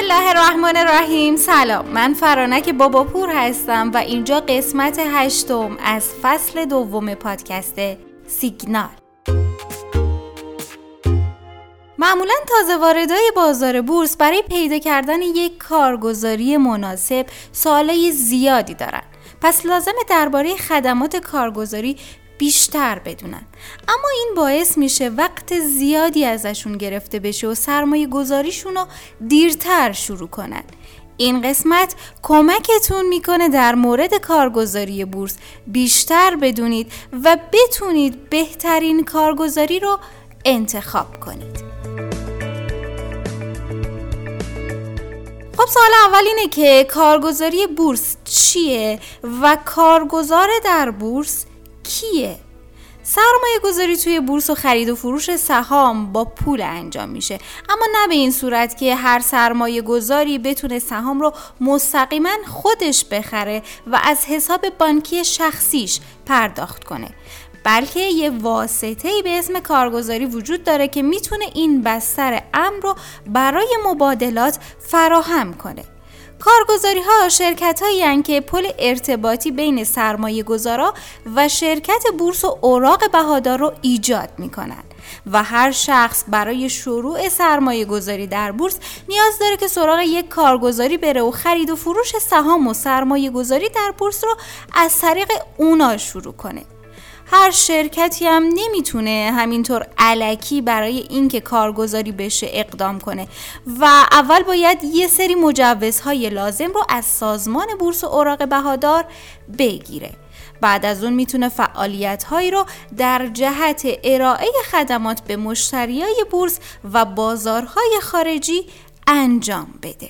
الله الرحمن الرحیم. سلام، من فرانک باباپور هستم و اینجا قسمت 8 از فصل 2 پادکست سیگنال. معمولاً تازه واردای بازار بورس برای پیدا کردن یک کارگزاری مناسب سوالای زیادی دارن. پس لازمه درباره خدمات کارگزاری بیشتر بدونن. اما این باعث میشه وقت زیادی ازشون گرفته بشه و سرمایه گذاریشون رو دیرتر شروع کنن. این قسمت کمکتون میکنه در مورد کارگزاری بورس بیشتر بدونید و بتونید بهترین کارگزاری رو انتخاب کنید. خب سوال اول اینه که کارگزاری بورس چیه و کارگزار در بورس کیه؟ سرمایه گذاری توی بورس و خرید و فروش سهام با پول انجام میشه، اما نه به این صورت که هر سرمایه گذاری بتونه سهام رو مستقیما خودش بخره و از حساب بانکی شخصیش پرداخت کنه، بلکه یه واسطه‌ای به اسم کارگزاری وجود داره که میتونه این بستر امر رو برای مبادلات فراهم کنه. کارگزاری ها شرکت هایی هستند که پل ارتباطی بین سرمایه گذارا و شرکت بورس و اوراق بهادار رو ایجاد می کنند و هر شخص برای شروع سرمایه گذاری در بورس نیاز داره که سراغ یک کارگزاری بره و خرید و فروش سهام و سرمایه گذاری در بورس رو از طریق اونا شروع کنه. هر شرکتی هم نمیتونه همینطور الکی برای اینکه کارگزاری بشه اقدام کنه و اول باید یه سری مجوزهای لازم رو از سازمان بورس و اوراق بهادار بگیره. بعد از اون میتونه فعالیت‌هایی رو در جهت ارائه خدمات به مشتریای بورس و بازارهای خارجی انجام بده.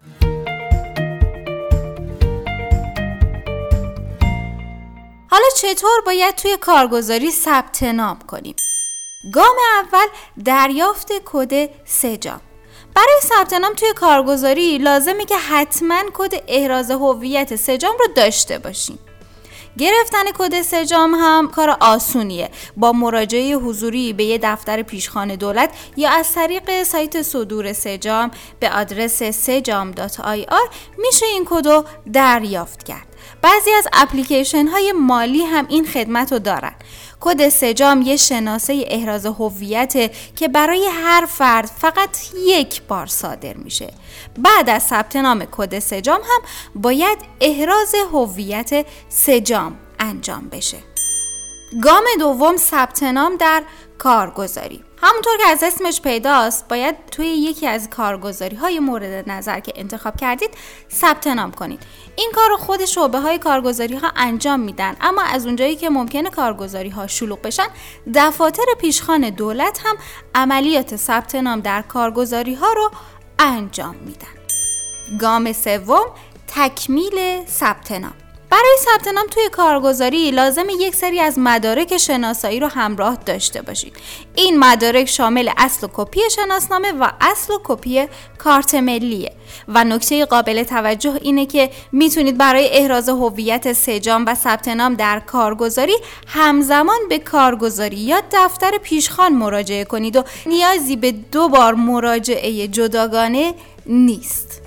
حالا چطور باید توی کارگزاری ثبت نام کنیم؟ گام اول دریافت کد سجام. برای ثبت نام توی کارگزاری لازمه که حتما کد احراز هویت سجام رو داشته باشیم. گرفتن کد سجام هم کار آسونیه. با مراجعه حضوری به یه دفتر پیشخوان دولت یا از طریق سایت صدور سجام به آدرس sejam.ir میشه این کد رو دریافت کرد. بعضی از اپلیکیشن های مالی هم این خدمت رو دارن. کد سجام یه شناسه احراز هویت که برای هر فرد فقط یک بار صادر میشه. بعد از ثبت نام کد سجام هم باید احراز هویت سجام انجام بشه. گام دوم ثبت نام در کارگزاری. همونطور که از اسمش پیداست باید توی یکی از کارگزاری های مورد نظر که انتخاب کردید ثبت نام کنید. این کار رو خود شعبه های کارگزاری ها انجام میدن، اما از اونجایی که ممکنه کارگزاری ها شلوغ بشن دفاتر پیشخوان دولت هم عملیات ثبت نام در کارگزاری ها رو انجام میدن. گام سوم تکمیل ثبت نام. برای ثبت نام توی کارگزاری لازمه یک سری از مدارک شناسایی رو همراه داشته باشید. این مدارک شامل اصل و کپی شناسنامه و اصل و کپی کارت ملیه. و نکته قابل توجه اینه که میتونید برای احراز هویت سجام و ثبت نام در کارگزاری همزمان به کارگزاری یا دفتر پیشخوان مراجعه کنید و نیازی به 2 بار مراجعه جداگانه نیست.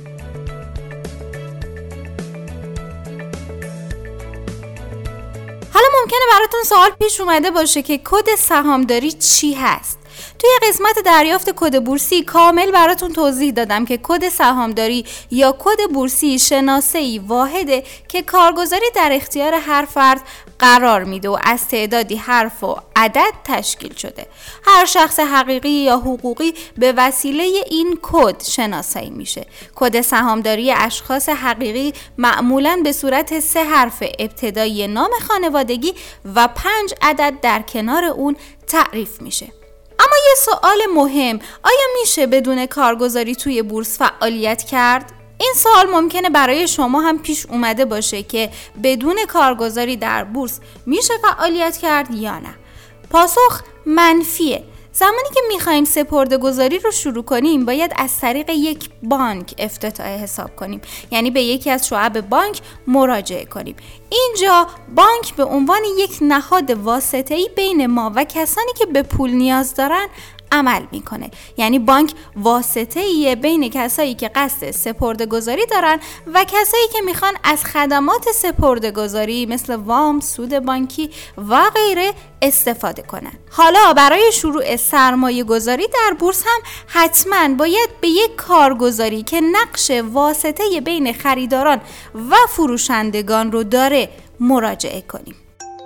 حالا ممکنه براتون سوال پیش اومده باشه که کد سهامداری چی هست؟ توی قسمت دریافت کد بورسی کامل براتون توضیح دادم که کد سهامداری یا کد بورسی شناسه‌ای واحده که کارگزاری در اختیار هر فرد قرار میده و از تعدادی حرف و عدد تشکیل شده. هر شخص حقیقی یا حقوقی به وسیله این کد شناسایی میشه. کد سهامداری اشخاص حقیقی معمولاً به صورت 3 حرف ابتدایی نام خانوادگی و 5 عدد در کنار اون تعریف میشه. اما یه سوال مهم، آیا میشه بدون کارگزاری توی بورس فعالیت کرد؟ این سوال ممکنه برای شما هم پیش اومده باشه که بدون کارگزاری در بورس میشه فعالیت کرد یا نه؟ پاسخ منفیه. زمانی که میخوایم سپرده‌گذاری رو شروع کنیم باید از طریق یک بانک افتتاح حساب کنیم، یعنی به یکی از شعب بانک مراجعه کنیم. اینجا بانک به عنوان یک نهاد واسطه‌ای بین ما و کسانی که به پول نیاز دارن عمل میکنه. یعنی بانک واسطه‌ایه بین کسایی که قصد سپرده‌گذاری دارن و کسایی که میخوان از خدمات سپرده‌گذاری مثل وام، سود بانکی و غیره استفاده کنن. حالا برای شروع سرمایه گذاری در بورس هم حتما باید به یک کارگزاری که نقش واسطه بین خریداران و فروشندگان رو داره مراجعه کنیم.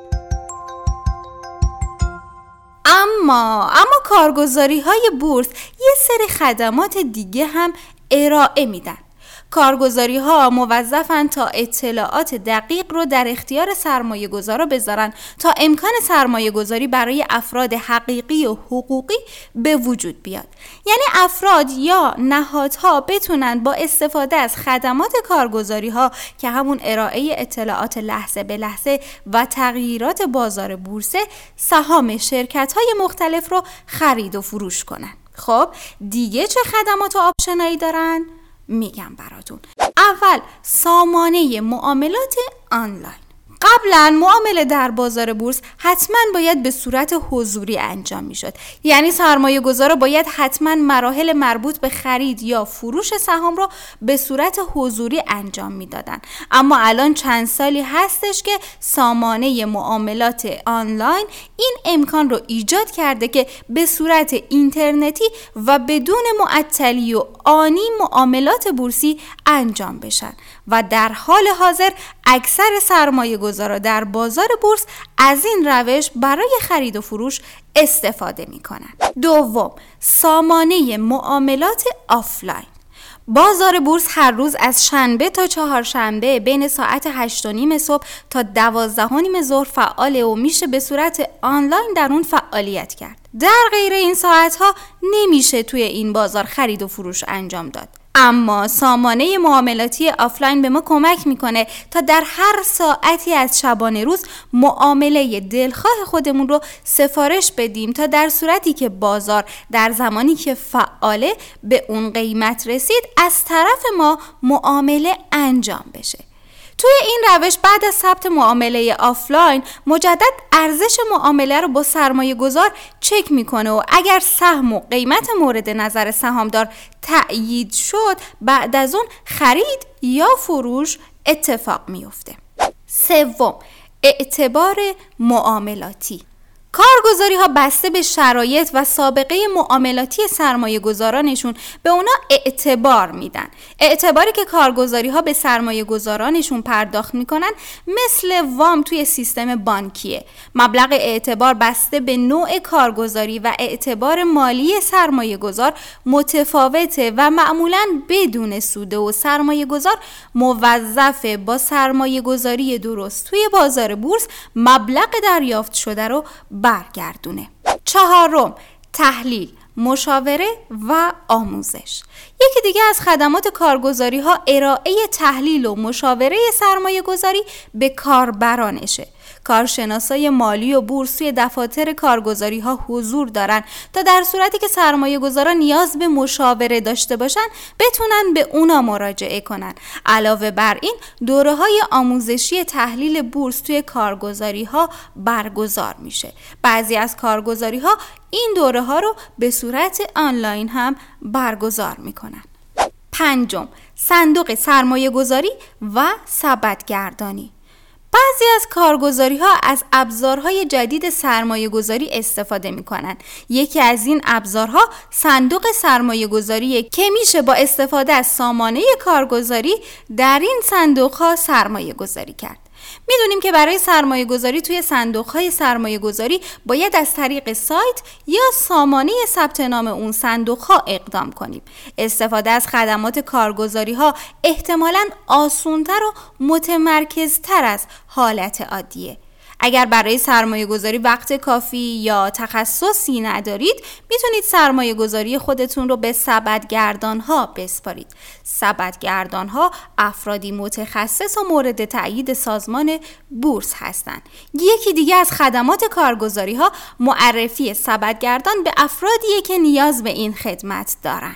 اما کارگزاری های بورس یه سری خدمات دیگه هم ارائه میدن. کارگزاری ها موظفن تا اطلاعات دقیق رو در اختیار سرمایه گذارا بذارن تا امکان سرمایه گذاری برای افراد حقیقی و حقوقی به وجود بیاد. یعنی افراد یا نهادها بتونن با استفاده از خدمات کارگزاری ها که همون ارائه اطلاعات لحظه به لحظه و تغییرات بازار بورسه سهام شرکت های مختلف رو خرید و فروش کنن. خب دیگه چه خدمات و آپشنایی دارن؟ میگم براتون. اول سامانه معاملات آنلاین. قبلا معامله در بازار بورس حتما باید به صورت حضوری انجام میشد. یعنی سرمایه گذارا باید حتما مراحل مربوط به خرید یا فروش سهام رو به صورت حضوری انجام میدادن. اما الان چند سالی هستش که سامانه معاملات آنلاین این امکان رو ایجاد کرده که به صورت اینترنتی و بدون معطلی و آنی معاملات بورسی انجام بشن و در حال حاضر اکثر سرمایه گذارا در بازار بورس از این روش برای خرید و فروش استفاده می کنن. دوم، سامانه معاملات آفلاین. بازار بورس هر روز از شنبه تا چهارشنبه بین ساعت 8:30 صبح تا 12:30 ظهر فعاله و میشه به صورت آنلاین در اون فعالیت کرد. در غیر این ساعتها نمیشه توی این بازار خرید و فروش انجام داد. اما سامانه معاملاتی آفلاین به ما کمک میکنه تا در هر ساعتی از شبانه روز معامله دلخواه خودمون رو سفارش بدیم تا در صورتی که بازار در زمانی که فعاله به اون قیمت رسید از طرف ما معامله انجام بشه. توی این روش بعد از ثبت معامله آفلاین مجدد ارزش معامله رو با سرمایه گذار چک میکنه و اگر سهم و قیمت مورد نظر سهامدار تأیید شد بعد از اون خرید یا فروش اتفاق میفته. سوم، اعتبار معاملاتی. کارگزاری ها بسته به شرایط و سابقه معاملاتی سرمایه گذارانشون به اونا اعتبار میدن. اعتباری که کارگزاری ها به سرمایه گذارانشون پرداخت میکنن مثل وام توی سیستم بانکیه. مبلغ اعتبار بسته به نوع کارگزاری و اعتبار مالی سرمایه گذار متفاوته و معمولاً بدون سوده و سرمایه گذار موظفه با سرمایه گذاری درست توی بازار بورس مبلغ دریافت شده رو برگردونه. چهارم، تحلیل، مشاوره و آموزش. یکی دیگه از خدمات کارگزاری ها ارائه تحلیل و مشاوره سرمایه گذاری به کاربرانشه. کارشناسای مالی و بورس توی دفاتر کارگزاری ها حضور دارن تا در صورتی که سرمایه گذاران نیاز به مشاوره داشته باشن بتونن به اونا مراجعه کنن. علاوه بر این دوره های آموزشی تحلیل بورس توی کارگزاری ها برگزار میشه. بعضی از کارگزاری ها این دوره ها رو به صورت آنلاین هم برگزار میکنن. پنجم، صندوق سرمایه گذاری و سبدگردانی. بعضی از کارگزاری ها از ابزارهای جدید سرمایه گذاری استفاده می کنن. یکی از این ابزارها صندوق سرمایه گذاریه که میشه با استفاده از سامانه کارگزاری در این صندوق ها سرمایه گذاری کرد. میدونیم که برای سرمایه گذاری توی صندوق های سرمایه گذاری باید از طریق سایت یا سامانه ثبت نام اون صندوق ها اقدام کنیم. استفاده از خدمات کارگزاری ها احتمالاً آسان‌تر و متمرکزتر از حالت عادیه. اگر برای سرمایه گذاری وقت کافی یا تخصصی ندارید میتونید سرمایه گذاری خودتون رو به سبدگردان ها بسپارید. سبدگردان ها افرادی متخصص و مورد تأیید سازمان بورس هستند. یکی دیگه از خدمات کارگزاری ها معرفی سبدگردان به افرادیه که نیاز به این خدمت دارن.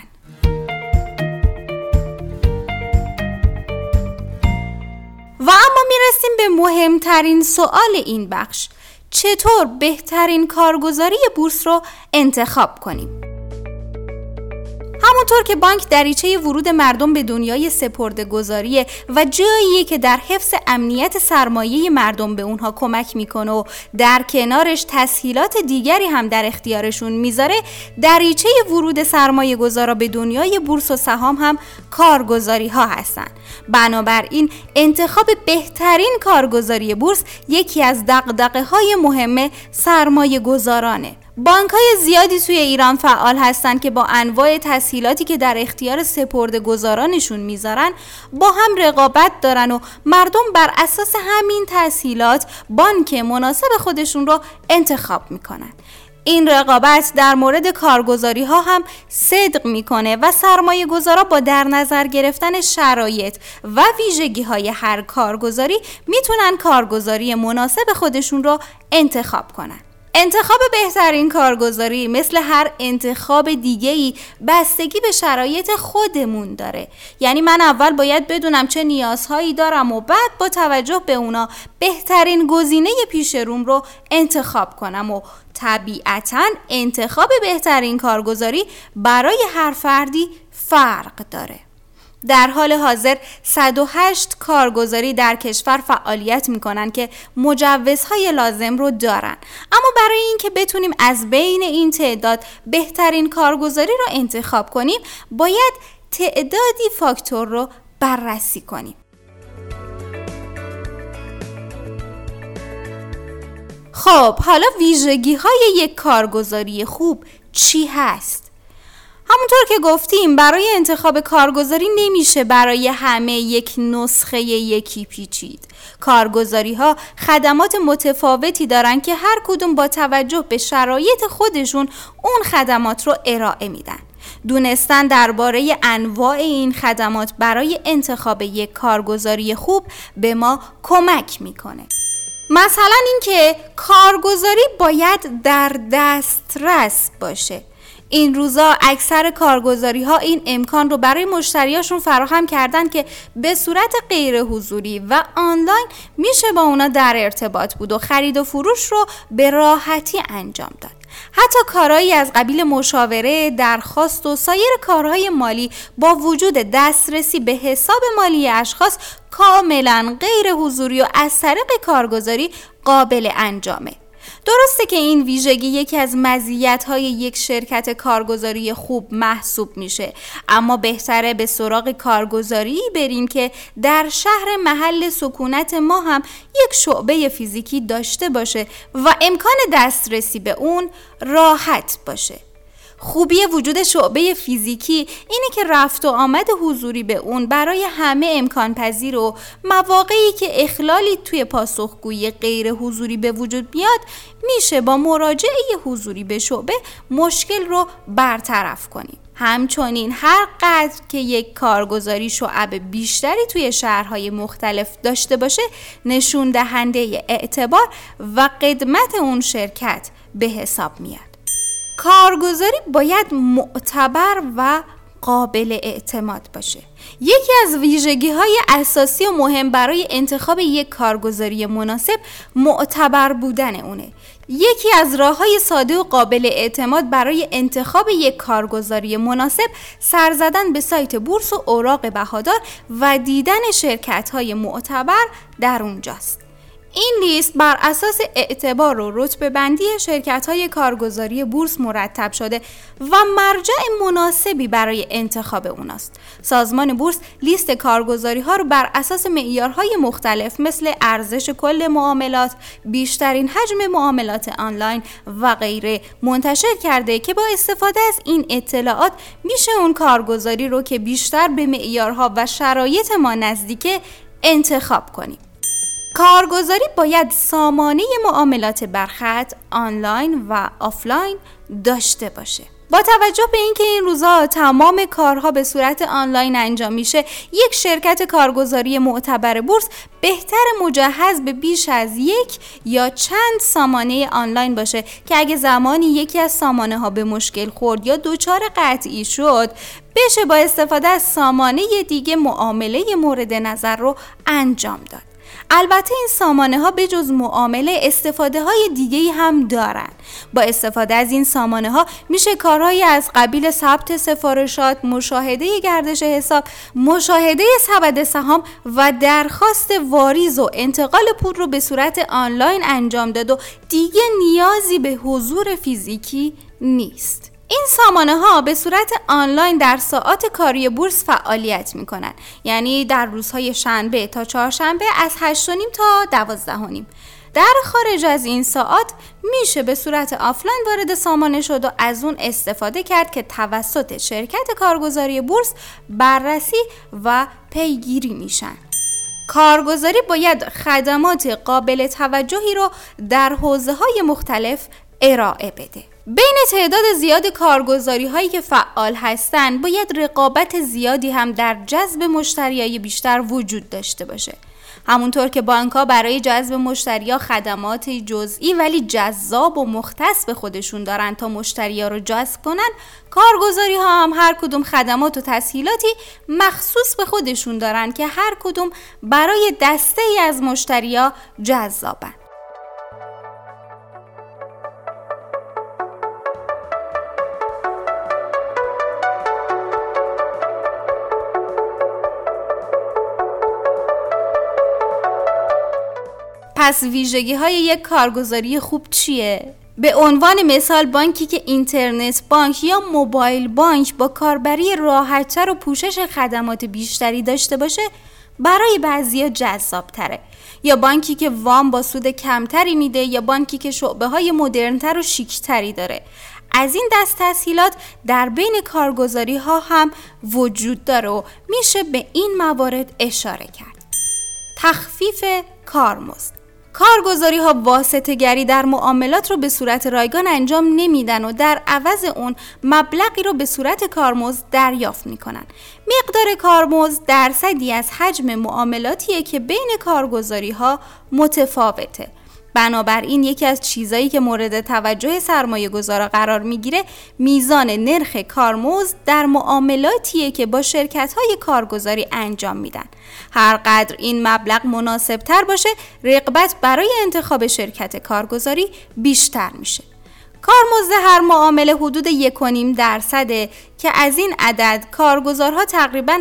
و اما میرسیم به مهمترین سوال این بخش. چطور بهترین کارگزاری بورس رو انتخاب کنیم. همونطور که بانک دریچه ورود مردم به دنیای سپرده‌گذاریه و جاییه که در حفظ امنیت سرمایه مردم به اونها کمک میکنه و در کنارش تسهیلات دیگری هم در اختیارشون میذاره، دریچه ورود سرمایه گذارا به دنیای بورس و سهام هم کارگزاری ها هستن. بنابراین انتخاب بهترین کارگزاری بورس یکی از دغدغه‌های مهم سرمایه گذارانه. بانک‌های زیادی توی ایران فعال هستن که با انواع تسهیلاتی که در اختیار سپرده‌گذارانشون میذارن با هم رقابت دارن و مردم بر اساس همین تسهیلات بانک مناسب خودشون رو انتخاب میکنن. این رقابت در مورد کارگزاری ها هم صدق میکنه و سرمایه گذارا با در نظر گرفتن شرایط و ویژگی های هر کارگزاری میتونن کارگزاری مناسب خودشون رو انتخاب کنن. انتخاب بهترین کارگزاری مثل هر انتخاب دیگه‌ای بستگی به شرایط خودمون داره. یعنی من اول باید بدونم چه نیازهایی دارم و بعد با توجه به اونا بهترین گزینه پیش روم رو انتخاب کنم و طبیعتاً انتخاب بهترین کارگزاری برای هر فردی فرق داره. در حال حاضر 108 کارگزاری در کشور فعالیت میکنن که مجوزهای لازم رو دارن. اما برای اینکه بتونیم از بین این تعداد بهترین کارگزاری رو انتخاب کنیم باید تعدادی فاکتور رو بررسی کنیم. خب حالا ویژگی‌های یک کارگزاری خوب چی هست؟ همونطور که گفتیم برای انتخاب کارگزاری نمیشه برای همه یک نسخه یکی پیچید. کارگزاری ها خدمات متفاوتی دارن که هر کدوم با توجه به شرایط خودشون اون خدمات رو ارائه میدن. دونستن درباره انواع این خدمات برای انتخاب یک کارگزاری خوب به ما کمک میکنه. مثلا اینکه کارگزاری باید در دسترس باشه. این روزا اکثر کارگزاری ها این امکان رو برای مشتریاشون فراهم کردن که به صورت غیر حضوری و آنلاین میشه با اونا در ارتباط بود و خرید و فروش رو به راحتی انجام داد. حتی کارهایی از قبیل مشاوره، درخواست و سایر کارهای مالی با وجود دسترسی به حساب مالی اشخاص کاملا غیر حضوری و از طریق کارگزاری قابل انجامه. درسته که این ویژگی یکی از مزیت‌های یک شرکت کارگزاری خوب محسوب میشه، اما بهتره به سراغ کارگزاری بریم که در شهر محل سکونت ما هم یک شعبه فیزیکی داشته باشه و امکان دسترسی به اون راحت باشه. خوبی وجود شعبه فیزیکی اینه که رفت و آمد حضوری به اون برای همه امکان پذیر و مواقعی که اخلالی توی پاسخگویی غیر حضوری به وجود بیاد میشه با مراجعه حضوری به شعبه مشکل رو برطرف کنیم. همچنین هر قدر که یک کارگزاری شعب بیشتری توی شهرهای مختلف داشته باشه نشون دهنده اعتبار و قدمت اون شرکت به حساب میاد. کارگزاری باید معتبر و قابل اعتماد باشه. یکی از ویژگی‌های اساسی و مهم برای انتخاب یک کارگزاری مناسب معتبر بودن اونه. یکی از راه‌های ساده و قابل اعتماد برای انتخاب یک کارگزاری مناسب سر زدن به سایت بورس و اوراق بهادار و دیدن شرکت‌های معتبر در اونجاست. این لیست بر اساس اعتبار و رتبه بندی شرکت‌های کارگزاری بورس مرتب شده و مرجع مناسبی برای انتخاب اوناست. سازمان بورس لیست کارگزاری‌ها رو بر اساس معیارهای مختلف مثل ارزش کل معاملات، بیشترین حجم معاملات آنلاین و غیره منتشر کرده که با استفاده از این اطلاعات میشه اون کارگزاری رو که بیشتر به معیارها و شرایط ما نزدیکه انتخاب کنیم. کارگزاری باید سامانه معاملات برخط آنلاین و آفلاین داشته باشه. با توجه به اینکه این روزا تمام کارها به صورت آنلاین انجام میشه، یک شرکت کارگزاری معتبر بورس بهتر مجهز به بیش از یک یا چند سامانه آنلاین باشه که اگه زمانی یکی از سامانه ها به مشکل خورد یا دچار قطعی شد بشه با استفاده از سامانه دیگه معامله مورد نظر رو انجام داد. البته این سامانه ها به جز معامله استفاده های دیگه‌ای هم دارن. با استفاده از این سامانه ها میشه کارهایی از قبیل ثبت سفارشات، مشاهده گردش حساب، مشاهده سبد سهام و درخواست واریز و انتقال پول رو به صورت آنلاین انجام داد و دیگه نیازی به حضور فیزیکی نیست. این سامانه ها به صورت آنلاین در ساعات کاری بورس فعالیت می کنن. یعنی در روزهای شنبه تا چهارشنبه از 8:30 تا 12:30. در خارج از این ساعات میشه به صورت آفلاین وارد سامانه شد و از اون استفاده کرد که توسط شرکت کارگزاری بورس بررسی و پیگیری میشن. کارگزاری باید خدمات قابل توجهی رو در حوزه‌های مختلف ارائه بده. بین تعداد زیاد کارگزاری هایی که فعال هستند باید رقابت زیادی هم در جذب مشتریای بیشتر وجود داشته باشه. همونطور که بانک ها برای جذب مشتریا خدمات جزئی ولی جذاب و مختص به خودشون دارن تا مشتریا رو جذب کنن، کارگزاری ها هم هر کدوم خدمات و تسهیلاتی مخصوص به خودشون دارن که هر کدوم برای دسته ای از مشتریا جذابن. پس ویژگی های یک کارگزاری خوب چیه؟ به عنوان مثال بانکی که اینترنت بانک یا موبایل بانک با کاربری راحت‌تر و پوشش خدمات بیشتری داشته باشه برای بعضیا جذاب تره. یا بانکی که وام با سود کمتری میده، یا بانکی که شعبه های مدرن‌تر و شیک‌تری داره. از این دست تسهیلات در بین کارگزاری ها هم وجود داره و میشه به این موارد اشاره کرد. تخفیف کارمزد. کارگزاری ها واسطه گری در معاملات رو به صورت رایگان انجام نمیدن و در عوض اون مبلغی رو به صورت کارمزد دریافت میکنن. مقدار کارمزد درصدی از حجم معاملاتیه که بین کارگزاری ها متفاوته. بنابراین یکی از چیزایی که مورد توجه سرمایه گذارا قرار میگیره میزان نرخ کارمزد در معاملاتیه که با شرکت‌های کارگزاری انجام میدن. هر قدر این مبلغ مناسب تر باشه، رغبت برای انتخاب شرکت کارگزاری بیشتر میشه. کارمزد هر معامله حدود 1.5% که از این عدد کارگزارها تقریباً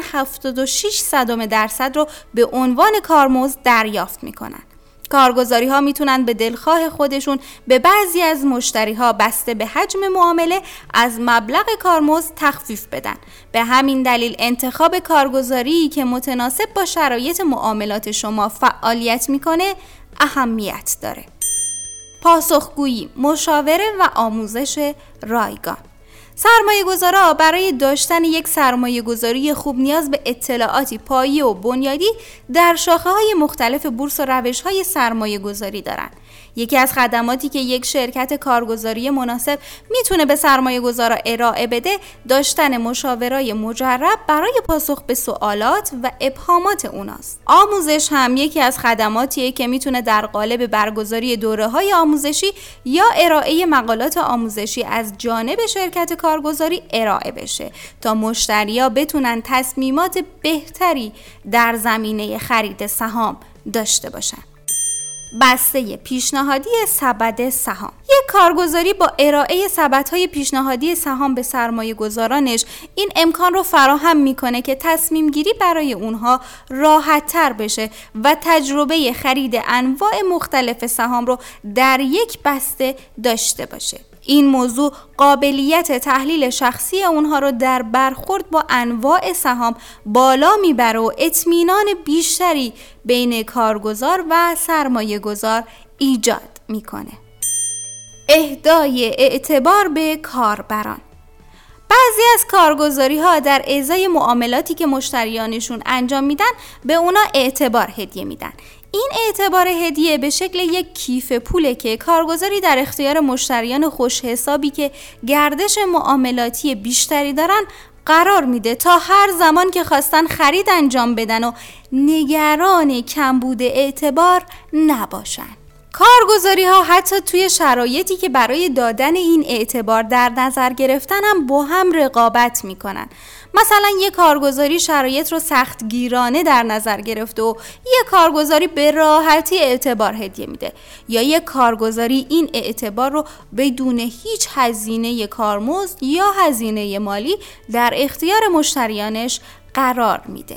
76% رو به عنوان کارمزد دریافت میکنن. کارگزاری ها میتونن به دلخواه خودشون به بعضی از مشتری ها بسته به حجم معامله از مبلغ کارمزد تخفیف بدن. به همین دلیل انتخاب کارگزاری که متناسب با شرایط معاملات شما فعالیت میکنه اهمیت داره. پاسخگویی، مشاوره و آموزش رایگان. سرمایه گذارا برای داشتن یک سرمایه گذاری خوب نیاز به اطلاعاتی پایه و بنیادی در شاخه های مختلف بورس و روش های سرمایه گذاری دارن. یکی از خدماتی که یک شرکت کارگزاری مناسب میتونه به سرمایه گذارا ارائه بده داشتن مشاورای مجرب برای پاسخ به سوالات و ابهامات اوناست. آموزش هم یکی از خدماتیه که میتونه در قالب برگزاری دوره‌های آموزشی یا ارائه مقالات آموزشی از جانب شرکت کارگزاری ارائه بشه تا مشتریا بتونن تصمیمات بهتری در زمینه خرید سهام داشته باشن. بسته پیشنهادی سبد سهام. یک کارگزاری با ارائه سبدهای پیشنهادی سهام به سرمایه گذارانش این امکان رو فراهم میکنه که تصمیم گیری برای اونها راحت تر بشه و تجربه خرید انواع مختلف سهام رو در یک بسته داشته باشه. این موضوع قابلیت تحلیل شخصی اونها رو در برخورد با انواع سهام بالا میبره و اطمینان بیشتری بین کارگزار و سرمایه گذار ایجاد میکنه. اهدای اعتبار به کاربران. بعضی از کارگزاری ها در ازای معاملاتی که مشتریانشون انجام میدن به اونا اعتبار هدیه میدن. این اعتبار هدیه به شکل یک کیف پوله که کارگزاری در اختیار مشتریان خوش حسابی که گردش معاملاتی بیشتری دارن قرار میده تا هر زمان که خواستن خرید انجام بدن و نگران کمبود اعتبار نباشن. کارگزاری ها حتی توی شرایطی که برای دادن این اعتبار در نظر گرفتن هم با هم رقابت میکنن. مثلا یک کارگزاری شرایط رو سختگیرانه در نظر گرفته و یک کارگزاری به راحتی اعتبار هدیه میده، یا یک کارگزاری این اعتبار رو بدون هیچ هزینه کارمزد یا هزینه مالی در اختیار مشتریانش قرار میده.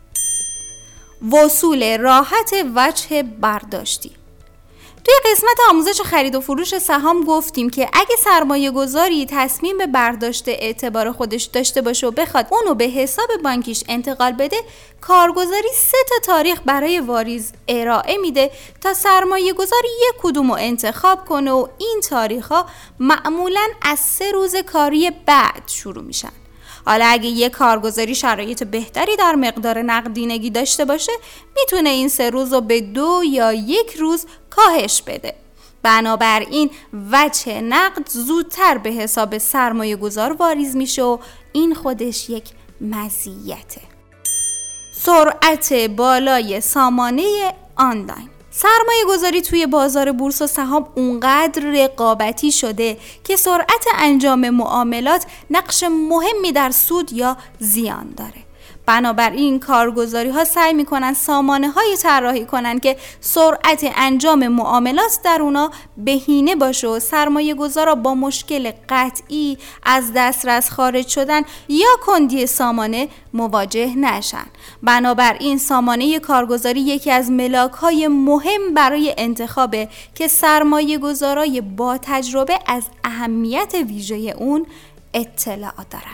وصول راحت وجه برداشتی. توی قسمت آموزش خرید و فروش سهام گفتیم که اگه سرمایه گذاری تصمیم به برداشت اعتبار خودش داشته باشه و بخواد اونو به حساب بانکیش انتقال بده، کارگزاری 3 تاریخ برای واریز ارائه میده تا سرمایه گذاری یک کدومو انتخاب کنه و این تاریخ‌ها معمولاً از 3 روز کاری بعد شروع میشن. حالا اگه یک کارگزاری شرایط بهتری در مقدار نقدینگی داشته باشه، میتونه این 3 روز رو به 2 یا 1 روز کاهش بده. بنابراین وجه نقد زودتر به حساب سرمایه گذار واریز میشه و این خودش یک مزیته. سرعت بالای سامانه آنلاین. سرمایه گذاری توی بازار بورس و سهام اونقدر رقابتی شده که سرعت انجام معاملات نقش مهمی در سود یا زیان داره. بنابراین کارگزاری ها سعی میکنن سامانه های طراحی کنن که سرعت انجام معاملات در اونا بهینه باشه و سرمایه گذارا با مشکل قطعی از دسترس خارج شدن یا کندی سامانه مواجه نشن. بنابراین سامانه کارگزاری یکی از ملاک های مهم برای انتخابه که سرمایه گذارای با تجربه از اهمیت ویژه اون اطلاع دارن.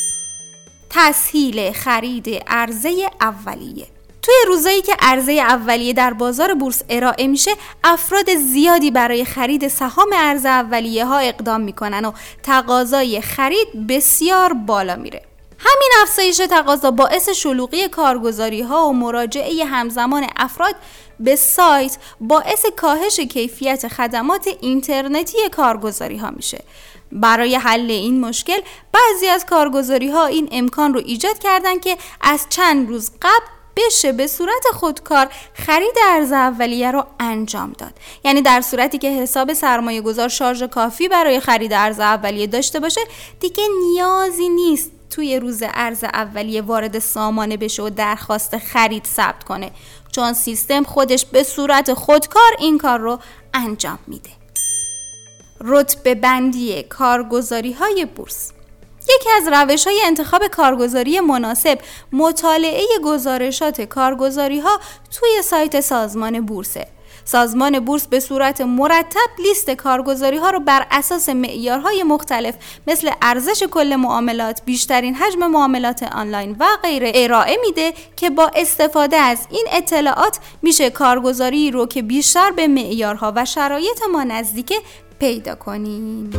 تسهیل خرید عرضه اولیه. توی روزایی که عرضه اولیه در بازار بورس ارائه میشه، افراد زیادی برای خرید سهام عرضه اولیه ها اقدام میکنن و تقاضای خرید بسیار بالا میره. همین افزایش تقاضا باعث شلوغی کارگزاری ها و مراجعه همزمان افراد به سایت باعث کاهش کیفیت خدمات اینترنتی کارگزاری ها میشه. برای حل این مشکل بعضی از کارگزاری ها این امکان رو ایجاد کردن که از چند روز قبل بشه به صورت خودکار خرید ارز اولیه رو انجام داد. یعنی در صورتی که حساب سرمایه گذار شارژ کافی برای خرید ارز اولیه داشته باشه، دیگه نیازی نیست توی روز ارز اولیه وارد سامانه بشه و درخواست خرید ثبت کنه، چون سیستم خودش به صورت خودکار این کار رو انجام میده. رتبه بندی کارگزاری های بورس. یکی از روش‌های انتخاب کارگزاری مناسب مطالعه گزارشات کارگزاری ها توی سایت سازمان بورسه. سازمان بورس به صورت مرتب لیست کارگزاری ها رو بر اساس معیارهای مختلف مثل ارزش کل معاملات، بیشترین حجم معاملات آنلاین و غیره ارائه میده که با استفاده از این اطلاعات میشه کارگزاری رو که بیشتر به معیارها و شرایط ما نزدیکه پیدا کنیم.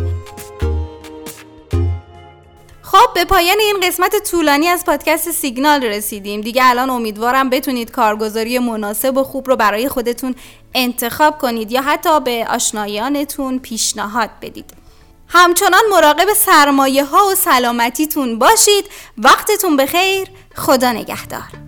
خب به پایان این قسمت طولانی از پادکست سیگنال رسیدیم. دیگه الان امیدوارم بتونید کارگزاری مناسب و خوب رو برای خودتون انتخاب کنید یا حتی به آشنایانتون پیشنهاد بدید. همچنان مراقب سرمایه ها و سلامتیتون باشید. وقتتون بخیر. خدا نگهدار.